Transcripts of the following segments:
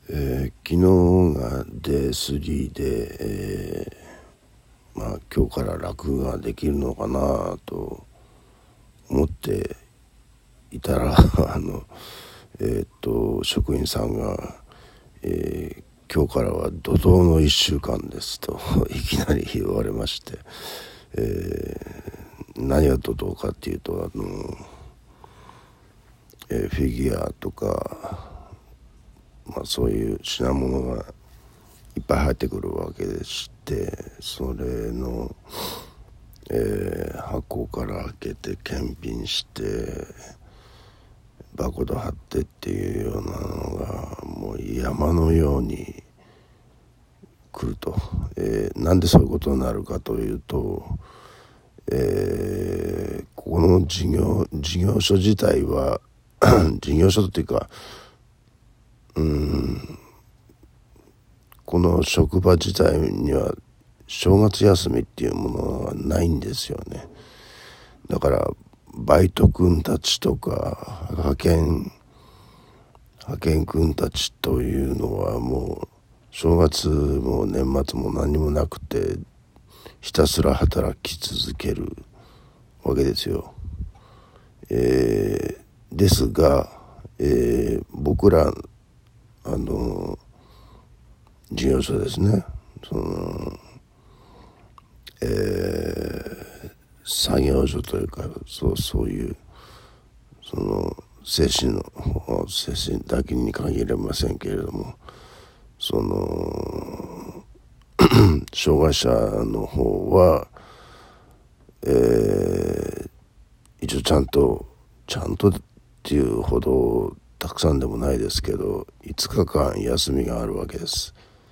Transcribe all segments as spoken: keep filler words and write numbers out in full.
えー、昨日がデースリーで、えー、まあ今日から楽ができるのかなと思っていたらあのえー、っと職員さんが、えー、今日からは怒涛のいっしゅうかんですといきなり言われまして、えー、何が怒涛かっていうとあの、えー、フィギュアとかまあ、そういう品物がいっぱい入ってくるわけでして、それの、えー、箱から開けて検品してバーコード貼ってっていうようなのがもう山のように来ると、えー、なんでそういうことになるかというと、えー、ここの事業事業所自体は事業所というかうんこの職場自体には正月休みっていうものはないんですよね。だからバイト君たちとか派遣派遣君たちというのはもう正月も年末も何もなくてひたすら働き続けるわけですよ。えー、ですが、えー、僕らあの事業所ですね、その、えー、作業所というかそうそういうその精神の精神だけに限れませんけれども、その障害者の方は、えー、一応ちゃんとちゃんとっていうほどたくさんでもないですけどいつかかん休みがあるわけです。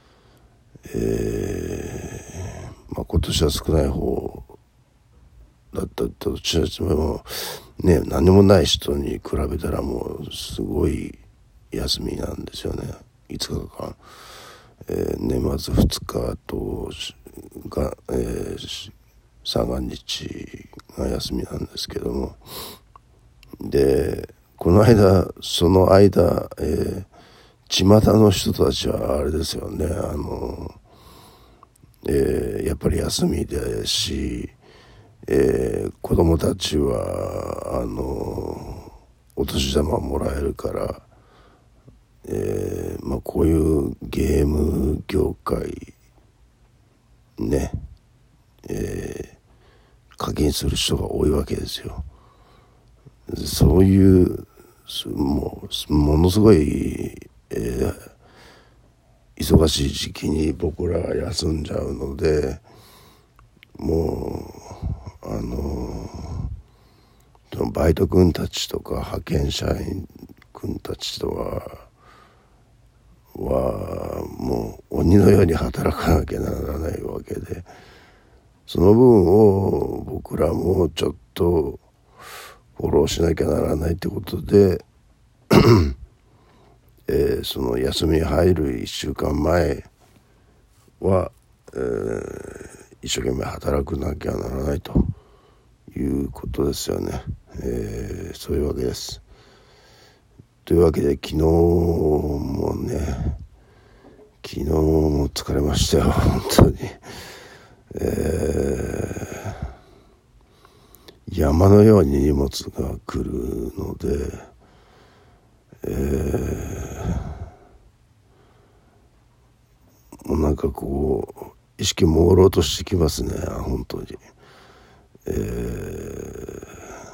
えーまあ、今年は少ない方だったとしてもね、何もない人に比べたらもうすごい休みなんですよね。いつかかん、えー、年末ふつかとが、えー、三が日が休みなんですけども、でこの間その間、えー巷の人たちはあれですよね、あの、えー、やっぱり休みですし、えー、子供たちはあのお年玉もらえるから、えーまあ、こういうゲーム業界ね、えー、課金する人が多いわけですよ。そういうもうものすごいえー、忙しい時期に僕らが休んじゃうので、もうあのそのバイト君たちとか派遣社員君たちとははもう鬼のように働かなきゃならないわけで、その分を僕らもちょっとフォローしなきゃならないってことでえー、その休み入るいっしゅうかんまえは、えー、一生懸命働くなきゃならないということですよね。えー、そういうわけです。というわけで昨日もね昨日も疲れましたよ本当に。えー、山のように荷物が来るので、えー、もうなんかこう意識朦朧としてきますね本当に。えー、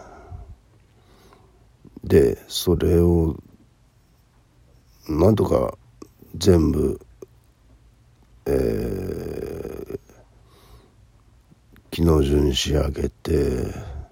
でそれをなんとか全部、えー、昨日中に仕上げて、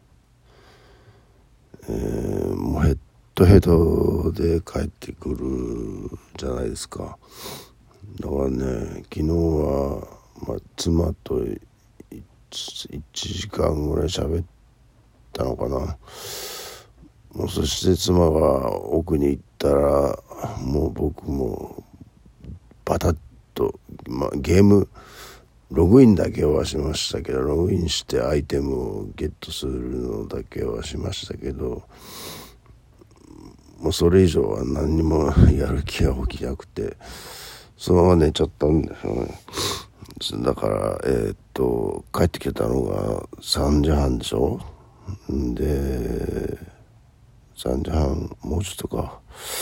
えー、もうヘッドヘッドで帰ってくるじゃないですか。だからね昨日は、まあ、妻といちじかんぐらい喋ったのかな。もうそして妻が奥に行ったらもう僕もバタッと、まあ、ゲームログインだけはしましたけどログインしてアイテムをゲットするのだけはしましたけどもうそれ以上は何にもやる気が起きなくて、そのまま寝ちゃったんですよね。だからえー、っと帰ってきたのがさんじはんでしょ。でさんじはんもうちょっとか、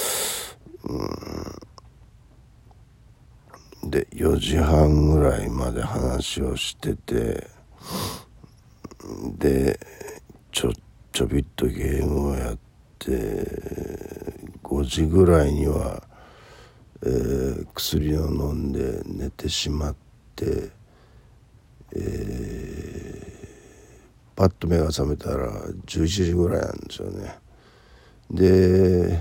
うんでよじはんぐらいまで話をしてて、でちょちょびっとゲームをやってごじぐらいには、えー、薬を飲んで寝てしまって、えー、パッと目が覚めたらじゅういちじぐらいなんですよね。で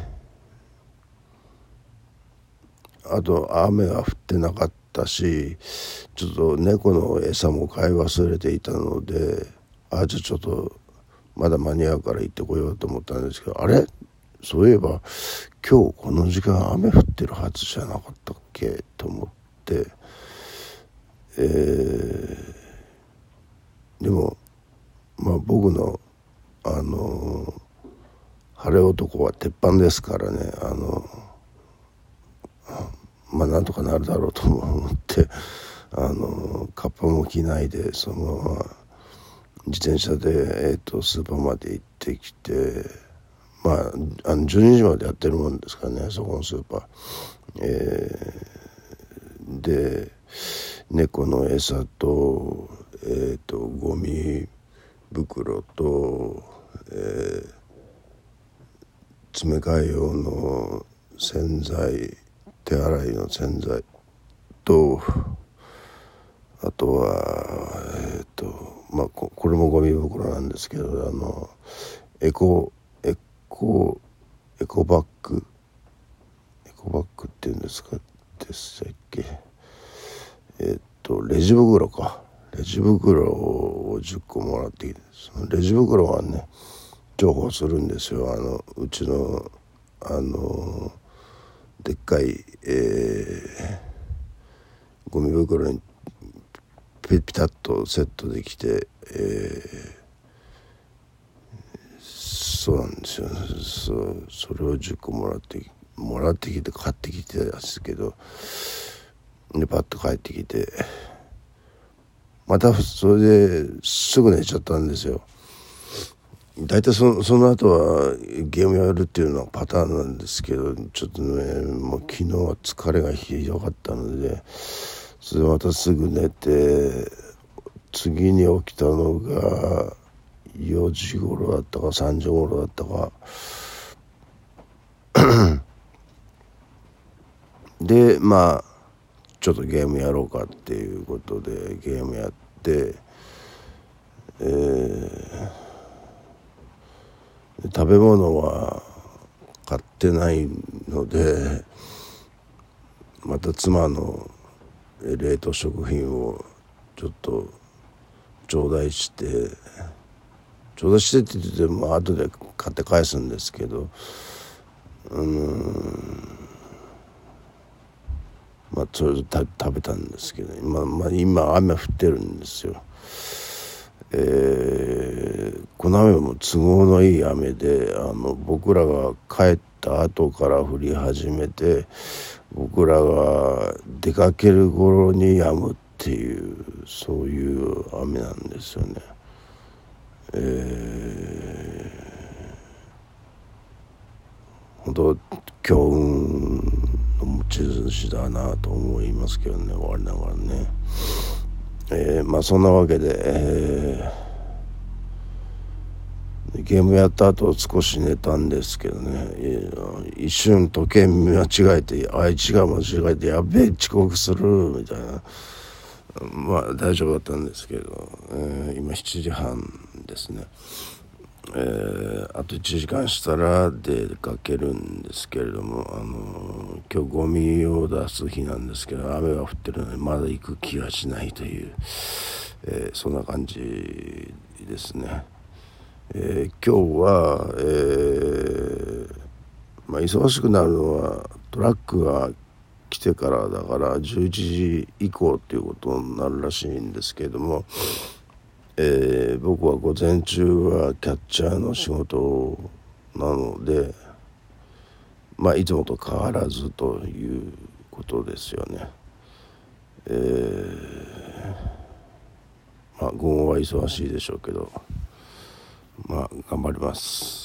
あと雨が降ってなかったし、ちょっと猫の餌も買い忘れていたので、あじゃあちょっとまだ間に合うから行ってこようと思ったんですけど、あれそういえば今日この時間雨降ってるはずじゃなかったっけと思って、えー、でもまあ僕のあの晴れ男は鉄板ですからね、あのまあなんとかなるだろうと思ってあのカッパも着ないでそのまま自転車で、えー、とスーパーまで行ってきて、まああのじゅうにじまでやってるもんですからね、そこのスーパー、えー、で猫の餌と,、えー、とゴミ袋と、えー、詰め替え用の洗剤、手洗いの洗剤と、あとはえっ、ー、とまあここれもゴミ袋なんですけど、あのエコエコエコバッグエコバッグっていうんですかでしたっけ、えっ、ー、とレジ袋かレジ袋をじゅっこもらってきて、そのレジ袋はね重宝するんですよ。あのうちのあのでっかい、えー、ゴミ袋にピタッとセットできて、えー、そうなんですよ、ね、そ, それをじゅっこもらってもらってきて買ってきてですけど、でパッと帰ってきてまたそれですぐ寝ちゃったんですよ。大体 そ, その後はゲームやるっていうのはパターンなんですけど、ちょっとねもう昨日は疲れがひどかったので、それまたすぐ寝て、次に起きたのがよじ頃だったかさんじ頃だったかでまあちょっとゲームやろうかっていうことでゲームやって、えー食べ物は買ってないので、また妻の冷凍食品をちょっと頂戴して頂戴してって言っても後で買って返すんですけど、うーんまあそれを食べたんですけど、今、まあ、今雨降ってるんですよ。えー、この雨も都合のいい雨で、あの僕らが帰った後から降り始めて、僕らが出かける頃に止むっていうそういう雨なんですよね。えー、本当強運の持ち主だなと思いますけどね、我ながらね。えー、まあそんなわけで、えー、ゲームやった後少し寝たんですけどね、えー、一瞬時計見間違えてあいつが間違えてやべえ遅刻するみたいな、まあ大丈夫だったんですけど、えー、今しちじはんですね。えー、あといちじかんしたら出かけるんですけれども、あのー、今日ゴミを出す日なんですけど雨が降ってるのでまだ行く気がしないという、えー、そんな感じですね。えー、今日は、えーまあ、忙しくなるのはトラックが来てからだからじゅういちじ以降っていうことになるらしいんですけれども、えー、僕は午前中はキャッチャーの仕事なので、 まあいつもと変わらずということですよね。えー、まあ午後は忙しいでしょうけど、まあ頑張ります。